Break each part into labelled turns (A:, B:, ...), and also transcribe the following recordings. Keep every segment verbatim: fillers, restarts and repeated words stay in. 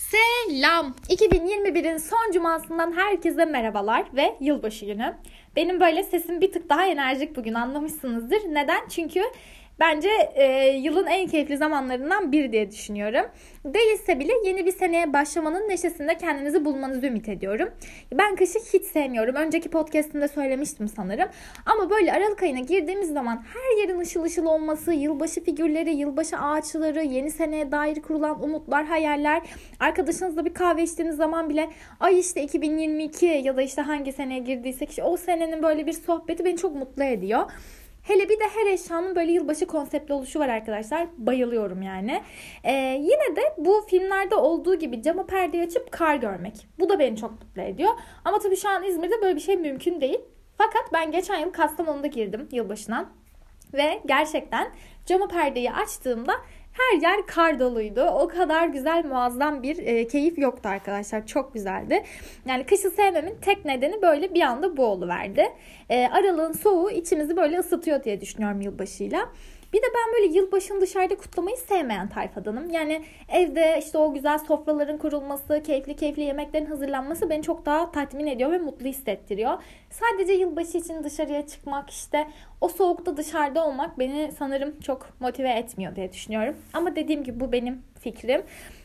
A: Selam. iki bin yirmi birin son cumasından herkese merhabalar ve yılbaşı günü. Benim böyle sesim bir tık daha enerjik bugün, anlamışsınızdır. Neden? Çünkü bence e, yılın en keyifli zamanlarından biri diye düşünüyorum. Değilse bile yeni bir seneye başlamanın neşesinde kendinizi bulmanızı ümit ediyorum. Ben kışı hiç sevmiyorum. Önceki podcast'imde söylemiştim sanırım. Ama böyle Aralık ayına girdiğimiz zaman her yerin ışıl ışıl olması, yılbaşı figürleri, yılbaşı ağaçları, yeni seneye dair kurulan umutlar, hayaller, arkadaşınızla bir kahve içtiğiniz zaman bile ay işte iki bin yirmi iki ya da işte hangi seneye girdiysek işte o senenin böyle bir sohbeti beni çok mutlu ediyor. Hele bir de her eşyanın böyle yılbaşı konseptli oluşu var arkadaşlar. Bayılıyorum yani. Ee, yine de bu filmlerde olduğu gibi camı perdeyi açıp kar görmek. Bu da beni çok mutlu ediyor. Ama tabii şu an İzmir'de böyle bir şey mümkün değil. Fakat ben geçen yıl Kastamonu'da girdim yılbaşına. Ve gerçekten camı perdeyi açtığımda her yer kar doluydu. O kadar güzel, muazzam bir e, keyif yoktu arkadaşlar. Çok güzeldi. Yani kışı sevmemin tek nedeni böyle bir anda bu oluverdi. E, aralığın soğuğu içimizi böyle ısıtıyor diye düşünüyorum yılbaşıyla. Bir de ben böyle yılbaşını dışarıda kutlamayı sevmeyen tayfadanım. Yani evde işte o güzel sofraların kurulması, keyifli keyifli yemeklerin hazırlanması beni çok daha tatmin ediyor ve mutlu hissettiriyor. Sadece yılbaşı için dışarıya çıkmak, işte o soğukta dışarıda olmak beni sanırım çok motive etmiyor diye düşünüyorum. Ama dediğim gibi bu benim fikrim.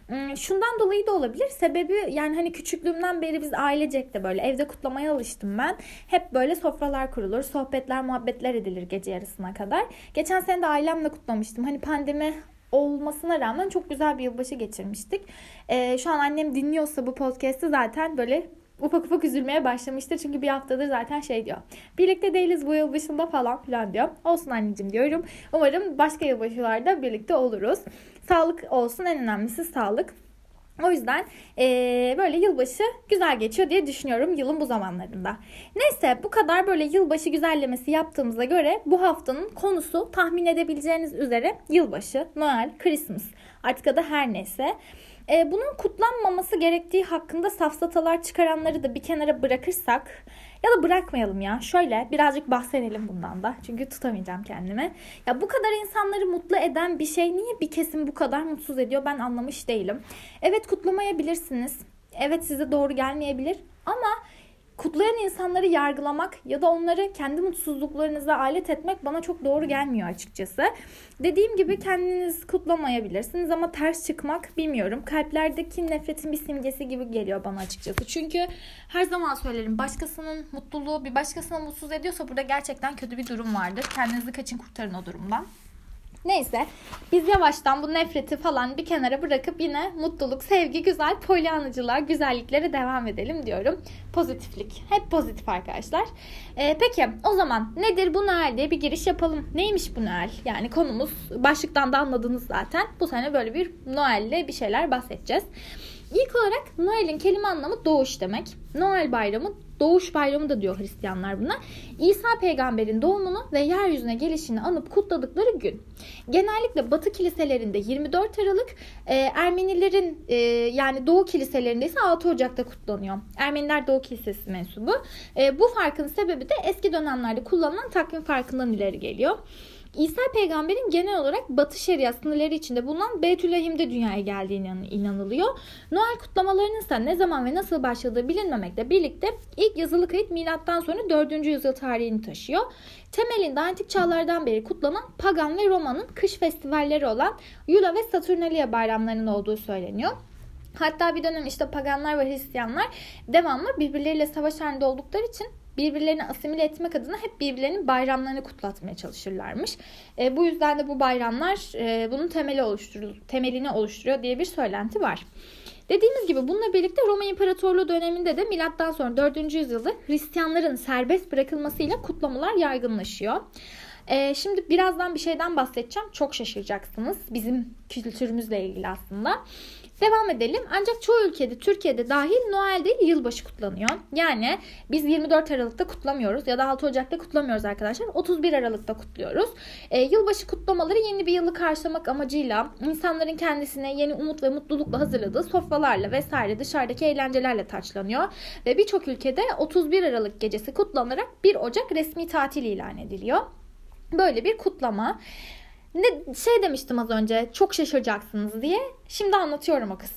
A: Şundan dolayı da olabilir. Sebebi yani hani küçüklüğümden beri biz ailecek de böyle evde kutlamaya alıştım ben. Hep böyle sofralar kurulur, sohbetler, muhabbetler edilir gece yarısına kadar. Geçen sene de ailemle kutlamıştım. Hani pandemi olmasına rağmen çok güzel bir yılbaşı geçirmiştik. Ee, şu an annem dinliyorsa bu podcast'ı zaten böyle ufak ufak üzülmeye başlamıştır. Çünkü bir haftadır zaten şey diyor. Birlikte değiliz bu yılbaşında falan filan diyor. Olsun anneciğim diyorum. Umarım başka yılbaşılarda birlikte oluruz. Sağlık olsun, en önemlisi sağlık. O yüzden ee, böyle yılbaşı güzel geçiyor diye düşünüyorum yılın bu zamanlarında. Neyse, bu kadar böyle yılbaşı güzellemesi yaptığımıza göre bu haftanın konusu tahmin edebileceğiniz üzere yılbaşı, Noel, Christmas, artık adı her neyse. Ee, bunun kutlanmaması gerektiği hakkında safsatalar çıkaranları da bir kenara bırakırsak, ya da bırakmayalım ya. Şöyle birazcık bahsedelim bundan da. Çünkü tutamayacağım kendimi. Ya bu kadar insanları mutlu eden bir şey niye bir kesim bu kadar mutsuz ediyor, ben anlamış değilim. Evet, kutlamayabilirsiniz. Evet, size doğru gelmeyebilir. Ama kutlayan insanları yargılamak ya da onları kendi mutsuzluklarınıza alet etmek bana çok doğru gelmiyor açıkçası. Dediğim gibi kendiniz kutlamayabilirsiniz ama ters çıkmak, bilmiyorum, kalplerdeki nefretin bir simgesi gibi geliyor bana açıkçası. Çünkü her zaman söylerim, başkasının mutluluğu bir başkasına mutsuz ediyorsa burada gerçekten kötü bir durum vardır. Kendinizi kaçın, kurtarın o durumdan. Neyse, biz yavaştan bu nefreti falan bir kenara bırakıp yine mutluluk, sevgi, güzel polyanacılığa, güzelliklere devam edelim diyorum. Pozitiflik. Hep pozitif arkadaşlar. Ee, peki o zaman nedir bu Noel diye bir giriş yapalım. Neymiş bu Noel? Yani konumuz, başlıktan da anladınız zaten. Bu sene böyle bir Noel'le bir şeyler bahsedeceğiz. İlk olarak Noel'in kelime anlamı doğuş demek. Noel bayramı, doğuş bayramı da diyor Hristiyanlar buna. İsa peygamberin doğumunu ve yeryüzüne gelişini anıp kutladıkları gün. Genellikle Batı kiliselerinde yirmi dört Aralık, e, Ermenilerin e, yani Doğu kiliselerinde ise altı Ocak'ta kutlanıyor. Ermeniler Doğu Kilisesi mensubu. E, bu farkın sebebi de eski dönemlerde kullanılan takvim farkından ileri geliyor. İsa peygamberin genel olarak Batı şeria sınırları içinde bulunan Beytülehim'de dünyaya geldiğine inanılıyor. Noel kutlamalarının ise ne zaman ve nasıl başladığı bilinmemekle birlikte ilk yazılı kayıt milattan sonra dördüncü yüzyıl tarihini taşıyor. Temelinde antik çağlardan beri kutlanan Pagan ve Roma'nın kış festivalleri olan Yula ve Saturnalia bayramlarının olduğu söyleniyor. Hatta bir dönem işte Paganlar ve Hristiyanlar devamlı birbirleriyle savaş halinde oldukları için birbirlerini asimile etmek adına hep birbirlerinin bayramlarını kutlatmaya çalışırlarmış. E, bu yüzden de bu bayramlar e, bunun temeli oluşturur, temelini oluşturuyor diye bir söylenti var. Dediğimiz gibi bununla birlikte Roma İmparatorluğu döneminde de milattan sonra dördüncü yüzyılda Hristiyanların serbest bırakılmasıyla kutlamalar yaygınlaşıyor. Ee, şimdi birazdan bir şeyden bahsedeceğim. Çok şaşıracaksınız. Bizim kültürümüzle ilgili aslında. Devam edelim. Ancak çoğu ülkede, Türkiye'de dahil Noel değil yılbaşı kutlanıyor. Yani biz yirmi dört Aralık'ta kutlamıyoruz ya da altı Ocak'ta kutlamıyoruz arkadaşlar. otuz bir Aralık'ta kutluyoruz. Ee, yılbaşı kutlamaları yeni bir yılı karşılamak amacıyla insanların kendisine yeni umut ve mutlulukla hazırladığı sofralarla vesaire dışarıdaki eğlencelerle taçlanıyor. Ve birçok ülkede otuz bir Aralık gecesi kutlanarak bir Ocak resmi tatil ilan ediliyor. Böyle bir kutlama. Ne şey demiştim az önce, çok şaşıracaksınız diye. Şimdi anlatıyorum o kısmı.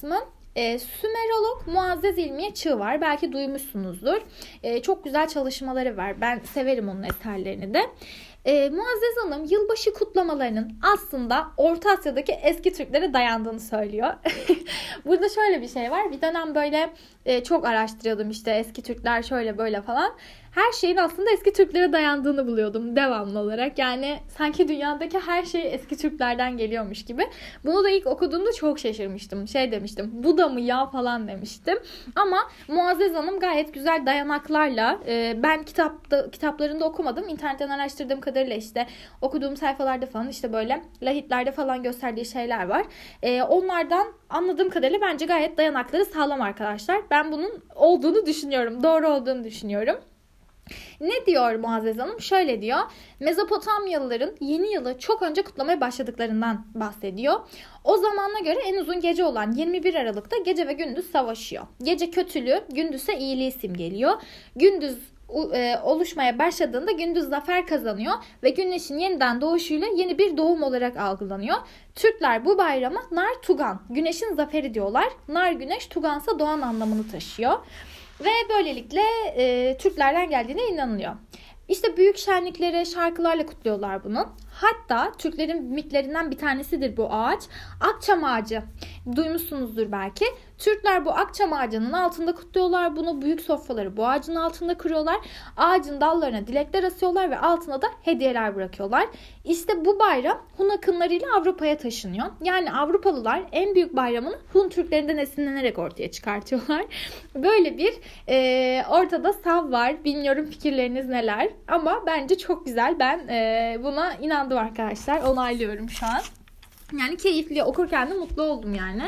A: E, Sümerolog Muazzez İlmiye Çığ var. Belki duymuşsunuzdur. E, çok güzel çalışmaları var. Ben severim onun eserlerini de. E, Muazzez Hanım yılbaşı kutlamalarının aslında Orta Asya'daki eski Türklere dayandığını söylüyor. Burada şöyle bir şey var. Bir dönem böyle e, çok araştırıyordum işte eski Türkler şöyle böyle falan. Her şeyin aslında eski Türklere dayandığını buluyordum devamlı olarak. Yani sanki dünyadaki her şey eski Türklerden geliyormuş gibi. Bunu da ilk okuduğumda çok şaşırmıştım. Şey demiştim, bu da mı ya falan demiştim. Ama Muazzez Hanım gayet güzel dayanaklarla, e, ben kitapta kitaplarında okumadım. İnternetten araştırdığım kadarıyla işte okuduğum sayfalarda falan işte böyle lahitlerde falan gösterdiği şeyler var. E, onlardan anladığım kadarıyla bence gayet dayanakları sağlam arkadaşlar. Ben bunun olduğunu düşünüyorum. Doğru olduğunu düşünüyorum. Ne diyor Muazzez Hanım? Şöyle diyor. Mezopotamyalıların yeni yılı çok önce kutlamaya başladıklarından bahsediyor. O zamana göre en uzun gece olan yirmi bir Aralık'ta gece ve gündüz savaşıyor. Gece kötülüğü, gündüzse iyiliği simgeliyor. Gündüz oluşmaya başladığında gündüz zafer kazanıyor ve güneşin yeniden doğuşuyla yeni bir doğum olarak algılanıyor. Türkler bu bayrama Nar Tugan, güneşin zaferi diyorlar. Nar güneş, Tugansa doğan anlamını taşıyor. Ve böylelikle e, Türklerden geldiğine inanılıyor. İşte büyük şenlikleri şarkılarla kutluyorlar bunu. Hatta Türklerin mitlerinden bir tanesidir bu ağaç. Akçam ağacı. Duymuşsunuzdur belki. Türkler bu akçam ağacının altında kutluyorlar bunu. Büyük sofraları bu ağacın altında kuruyorlar. Ağacın dallarına dilekler asıyorlar ve altına da hediyeler bırakıyorlar. İşte bu bayram Hun akınlarıyla Avrupa'ya taşınıyor. Yani Avrupalılar en büyük bayramını Hun Türklerinden esinlenerek ortaya çıkartıyorlar. Böyle bir e, ortada sav var. Bilmiyorum fikirleriniz neler. Ama bence çok güzel. Ben e, buna inandım arkadaşlar. Onaylıyorum şu an. Yani keyifli, okurken de mutlu oldum yani.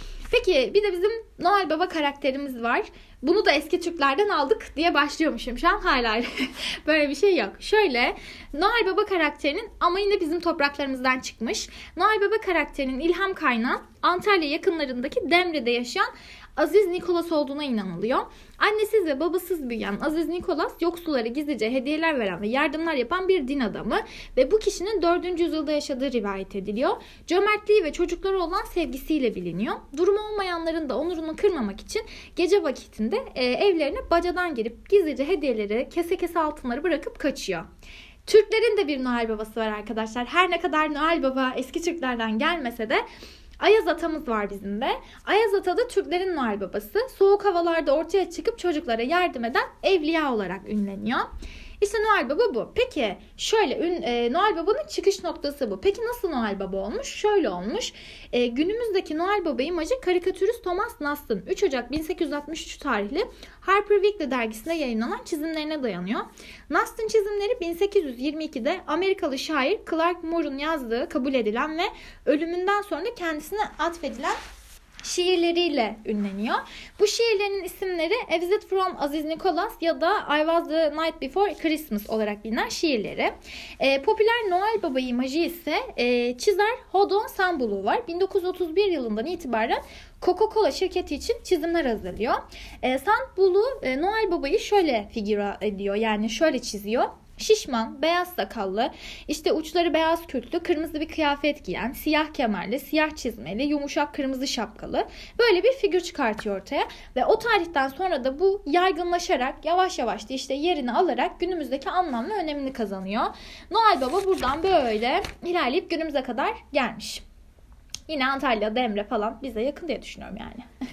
A: Peki bir de bizim Noel Baba karakterimiz var. Bunu da eski Türklerden aldık diye başlıyormuşum şu an. Hala böyle bir şey yok. Şöyle, Noel Baba karakterinin ama yine bizim topraklarımızdan çıkmış. Noel Baba karakterinin ilham kaynağı Antalya yakınlarındaki Demre'de yaşayan Aziz Nikolas olduğuna inanılıyor. Annesiz ve babasız büyüyen Aziz Nikolas yoksullara gizlice hediyeler veren ve yardımlar yapan bir din adamı ve bu kişinin dördüncü yüzyılda yaşadığı rivayet ediliyor. Cömertliği ve çocuklara olan sevgisiyle biliniyor. Durumu olmayanların da onurunu kırmamak için gece vakitinde e, evlerine bacadan girip gizlice hediyeleri, kese kese altınları bırakıp kaçıyor. Türklerin de bir Noel Babası var arkadaşlar. Her ne kadar Noel Baba eski Türklerden gelmese de Ayaz Atamız var bizim de. Ayaz Ata da Türklerin Noel Babası. Soğuk havalarda ortaya çıkıp çocuklara yardım eden evliya olarak ünleniyor. İşte Noel Baba bu. Peki şöyle e, Noel Baba'nın çıkış noktası bu. Peki nasıl Noel Baba olmuş? Şöyle olmuş. E, günümüzdeki Noel Baba imajı karikatürist Thomas Nast'ın üç Ocak bin sekiz yüz altmış üç tarihli Harper Weekly dergisinde yayınlanan çizimlerine dayanıyor. Nast'ın çizimleri bin sekiz yüz yirmi ikide Amerikalı şair Clark Moore'un yazdığı, kabul edilen ve ölümünden sonra kendisine atfedilen şiirleriyle ünleniyor. Bu şiirlerin isimleri A Visit from Aziz Nikolas ya da I Was the Night Before Christmas olarak bilinen şiirleri. E, popüler Noel Baba imajı ise e, çizer Hodon Sambulu var. bin dokuz yüz otuz bir yılından itibaren Coca-Cola şirketi için çizimler hazırlıyor. E, Sambulu e, Noel Baba'yı şöyle figüre ediyor, yani şöyle çiziyor. Şişman, beyaz sakallı, işte uçları beyaz kürklü, kırmızı bir kıyafet giyen, siyah kemerli, siyah çizmeli, yumuşak kırmızı şapkalı böyle bir figür çıkartıyor ortaya. Ve o tarihten sonra da bu yaygınlaşarak yavaş yavaş da işte yerini alarak günümüzdeki anlam ve önemini kazanıyor. Noel Baba buradan böyle ilerleyip günümüze kadar gelmiş. Yine Antalya, Demre falan bize yakın diye düşünüyorum yani.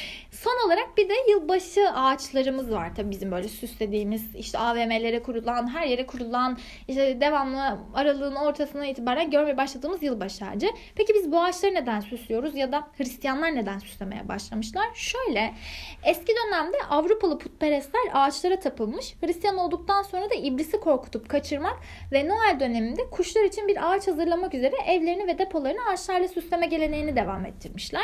A: Son olarak bir de yılbaşı ağaçlarımız var. Tabii bizim böyle süslediğimiz, işte A V M'lere kurulan, her yere kurulan, işte devamlı aralığın ortasına itibaren görmeye başladığımız yılbaşı ağacı. Peki biz bu ağaçları neden süslüyoruz ya da Hristiyanlar neden süslemeye başlamışlar? Şöyle, eski dönemde Avrupalı putperestler ağaçlara tapılmış. Hristiyan olduktan sonra da iblisi korkutup kaçırmak ve Noel döneminde kuşlar için bir ağaç hazırlamak üzere evlerini ve depolarını ağaçlarla süsleme geleneğini devam ettirmişler.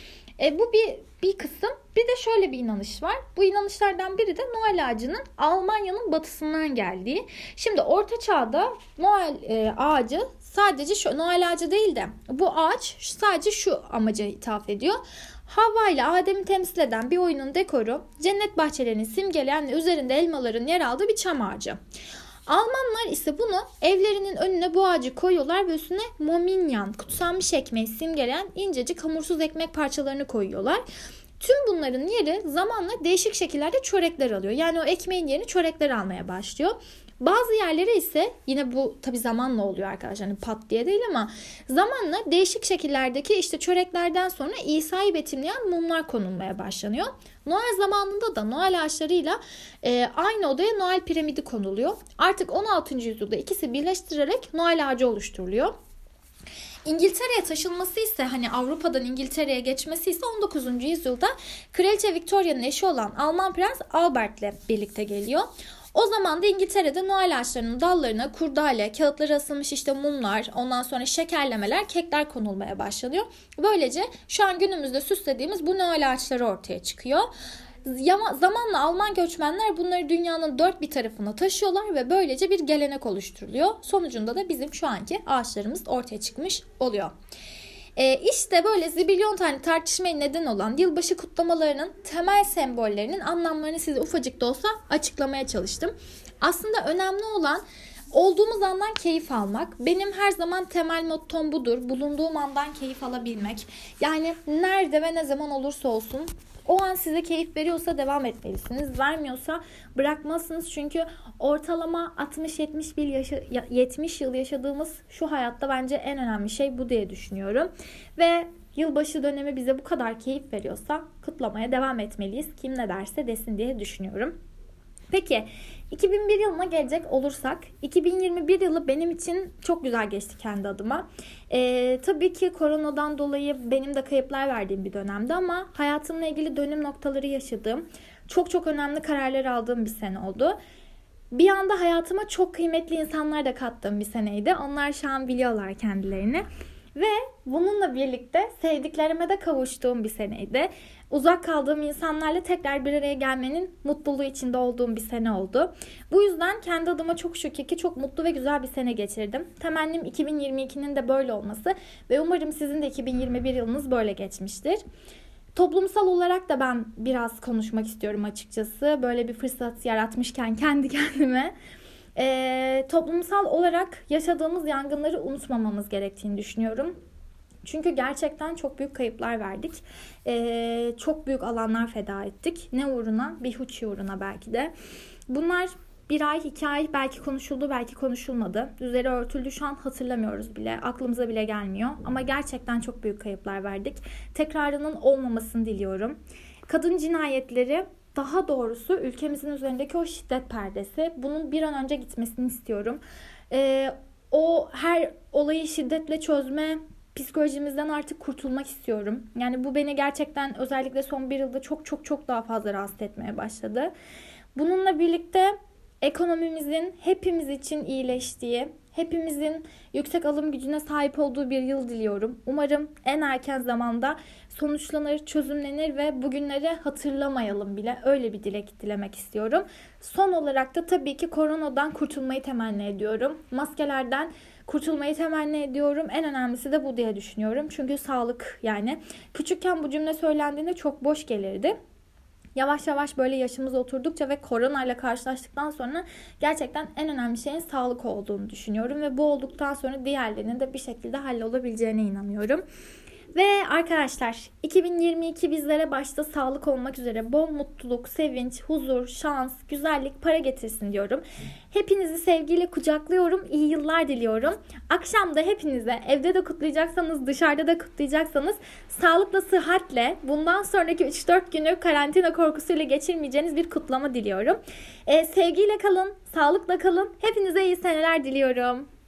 A: E, bu bir bir kısım. Bir de şöyle bir inanış var. Bu inanışlardan biri de Noel ağacının Almanya'nın batısından geldiği. Şimdi Orta Çağ'da Noel e, ağacı sadece şu Noel ağacı değil de bu ağaç sadece şu amaca ithaf ediyor. Havva ile Adem'i temsil eden bir oyunun dekoru, cennet bahçelerini simgeleyen ve üzerinde elmaların yer aldığı bir çam ağacı. Almanlar ise bunu evlerinin önüne bu ağacı koyuyorlar ve üstüne mominyan, kutsanmış ekmeği simgeleyen incecik hamursuz ekmek parçalarını koyuyorlar. Tüm bunların yeri zamanla değişik şekillerde çörekler alıyor. Yani o ekmeğin yerini çörekler almaya başlıyor. Bazı yerlere ise yine bu tabii zamanla oluyor arkadaşlar. Hani pat diye değil ama zamanla değişik şekillerdeki işte çöreklerden sonra İsa'yı betimleyen mumlar konulmaya başlanıyor. Noel zamanında da Noel ağaçlarıyla e, aynı odaya Noel piramidi konuluyor. Artık on altıncı yüzyılda ikisi birleştirerek Noel ağacı oluşturuluyor. İngiltere'ye taşınması ise hani Avrupa'dan İngiltere'ye geçmesi ise on dokuzuncu yüzyılda Kraliçe Victoria'nın eşi olan Alman Prens Albert'le birlikte geliyor. O zaman da İngiltere'de Noel ağaçlarının dallarına kurdale, kağıtları asılmış işte mumlar, ondan sonra şekerlemeler, kekler konulmaya başlanıyor. Böylece şu an günümüzde süslediğimiz bu Noel ağaçları ortaya çıkıyor. Zamanla Alman göçmenler bunları dünyanın dört bir tarafına taşıyorlar ve böylece bir gelenek oluşturuluyor. Sonucunda da bizim şu anki ağaçlarımız ortaya çıkmış oluyor. E işte böyle zibilyon tane tartışmaya neden olan yılbaşı kutlamalarının temel sembollerinin anlamlarını size ufacık da olsa açıklamaya çalıştım. Aslında önemli olan olduğumuz andan keyif almak. Benim her zaman temel mottom budur. Bulunduğum andan keyif alabilmek. Yani nerede ve ne zaman olursa olsun o an size keyif veriyorsa devam etmelisiniz. Vermiyorsa bırakmalısınız. Çünkü ortalama altmış yetmiş yıl, yaşa- yetmiş yıl yaşadığımız şu hayatta bence en önemli şey bu diye düşünüyorum. Ve yılbaşı dönemi bize bu kadar keyif veriyorsa kutlamaya devam etmeliyiz. Kim ne derse desin diye düşünüyorum. Peki iki bin bir yılına gelecek olursak, iki bin yirmi bir yılı benim için çok güzel geçti kendi adıma. Ee, tabii ki koronadan dolayı benim de kayıplar verdiğim bir dönemdi ama hayatımla ilgili dönüm noktaları yaşadığım, çok çok önemli kararlar aldığım bir sene oldu. Bir anda hayatıma çok kıymetli insanlar da kattığım bir seneydi. Onlar şu an biliyorlar kendilerini. Ve bununla birlikte sevdiklerime de kavuştuğum bir seneydi. Uzak kaldığım insanlarla tekrar bir araya gelmenin mutluluğu içinde olduğum bir sene oldu. Bu yüzden kendi adıma çok şükür ki çok mutlu ve güzel bir sene geçirdim. Temennim iki bin yirmi ikinin de böyle olması ve umarım sizin de iki bin yirmi bir yılınız böyle geçmiştir. Toplumsal olarak da ben biraz konuşmak istiyorum açıkçası. Böyle bir fırsat yaratmışken kendi kendime. Ee, toplumsal olarak yaşadığımız yangınları unutmamamız gerektiğini düşünüyorum. Çünkü gerçekten çok büyük kayıplar verdik. Ee, çok büyük alanlar feda ettik. Ne uğruna? Bir huçi uğruna belki de. Bunlar bir ay, iki ay belki konuşuldu, belki konuşulmadı. Üzeri örtüldü, şu an hatırlamıyoruz bile. Aklımıza bile gelmiyor. Ama gerçekten çok büyük kayıplar verdik. Tekrarının olmamasını diliyorum. Kadın cinayetleri, daha doğrusu ülkemizin üzerindeki o şiddet perdesi, bunun bir an önce gitmesini istiyorum. Ee, o her olayı şiddetle çözme psikolojimizden artık kurtulmak istiyorum. Yani bu beni gerçekten özellikle son bir yılda çok çok çok daha fazla rahatsız etmeye başladı. Bununla birlikte ekonomimizin hepimiz için iyileştiği, hepimizin yüksek alım gücüne sahip olduğu bir yıl diliyorum. Umarım en erken zamanda sonuçlanır, çözümlenir ve bugünleri hatırlamayalım bile. Öyle bir dilek dilemek istiyorum. Son olarak da tabii ki koronadan kurtulmayı temenni ediyorum. Maskelerden kurtulmayı temenni ediyorum. En önemlisi de bu diye düşünüyorum. Çünkü sağlık, yani küçükken bu cümle söylendiğinde çok boş gelirdi. Yavaş yavaş böyle yaşımız oturdukça ve koronayla karşılaştıktan sonra gerçekten en önemli şeyin sağlık olduğunu düşünüyorum. Ve bu olduktan sonra diğerlerinin de bir şekilde hallolabileceğine inanıyorum. Ve arkadaşlar iki bin yirmi iki bizlere başta sağlık olmak üzere bol mutluluk, sevinç, huzur, şans, güzellik, para getirsin diyorum. Hepinizi sevgiyle kucaklıyorum. İyi yıllar diliyorum. Akşam da hepinize, evde de kutlayacaksanız, dışarıda da kutlayacaksanız, sağlıkla, sıhhatle bundan sonraki üç dört günü karantina korkusuyla geçirmeyeceğiniz bir kutlama diliyorum. Ee, sevgiyle kalın, sağlıkla kalın. Hepinize iyi seneler diliyorum.